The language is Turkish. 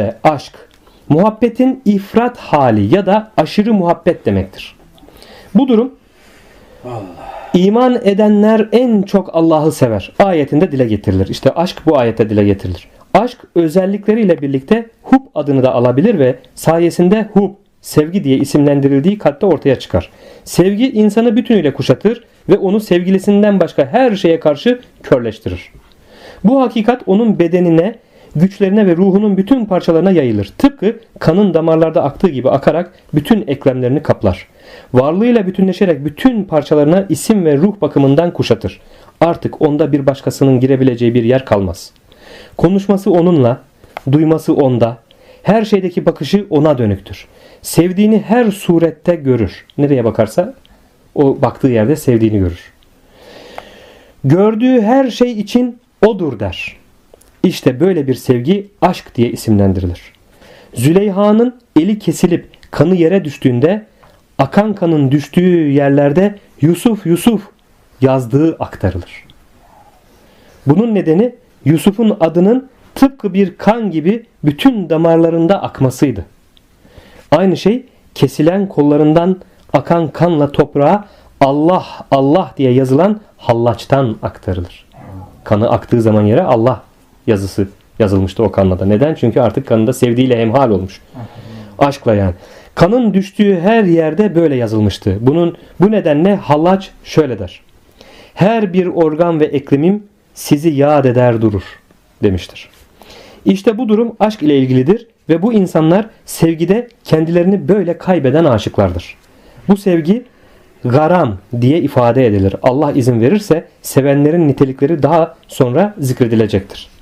İşte aşk, muhabbetin ifrat hali ya da aşırı muhabbet demektir. Bu durum iman edenler en çok Allah'ı sever ayetinde dile getirilir. İşte aşk bu ayette dile getirilir. Aşk özellikleriyle birlikte hub adını da alabilir ve sayesinde hub, sevgi diye isimlendirildiği kalpte ortaya çıkar. Sevgi insanı bütünüyle kuşatır ve onu sevgilisinden başka her şeye karşı körleştirir. Bu hakikat onun bedenine, güçlerine ve ruhunun bütün parçalarına yayılır. Tıpkı kanın damarlarda aktığı gibi akarak bütün eklemlerini kaplar. Varlığıyla bütünleşerek bütün parçalarına isim ve ruh bakımından kuşatır. Artık onda bir başkasının girebileceği bir yer kalmaz. Konuşması onunla, duyması onda, her şeydeki bakışı ona dönüktür. Sevdiğini her surette görür. Nereye bakarsa o baktığı yerde sevdiğini görür. Gördüğü her şey için odur der. İşte böyle bir sevgi aşk diye isimlendirilir. Züleyha'nın eli kesilip kanı yere düştüğünde akan kanın düştüğü yerlerde Yusuf Yusuf yazdığı aktarılır. Bunun nedeni Yusuf'un adının tıpkı bir kan gibi bütün damarlarında akmasıydı. Aynı şey kesilen kollarından akan kanla toprağa Allah Allah diye yazılan hallaçtan aktarılır. Kanı aktığı zaman yere Allah yazısı yazılmıştı o kanla da. Neden? Çünkü artık kanında sevdiğiyle hemhal olmuş. Aşkla yani. Kanın düştüğü her yerde böyle yazılmıştı. Bu nedenle hallaç şöyle der. Her bir organ ve eklemim sizi yad eder durur demiştir. İşte bu durum aşk ile ilgilidir ve bu insanlar sevgide kendilerini böyle kaybeden aşıklardır. Bu sevgi garam diye ifade edilir. Allah izin verirse sevenlerin nitelikleri daha sonra zikredilecektir.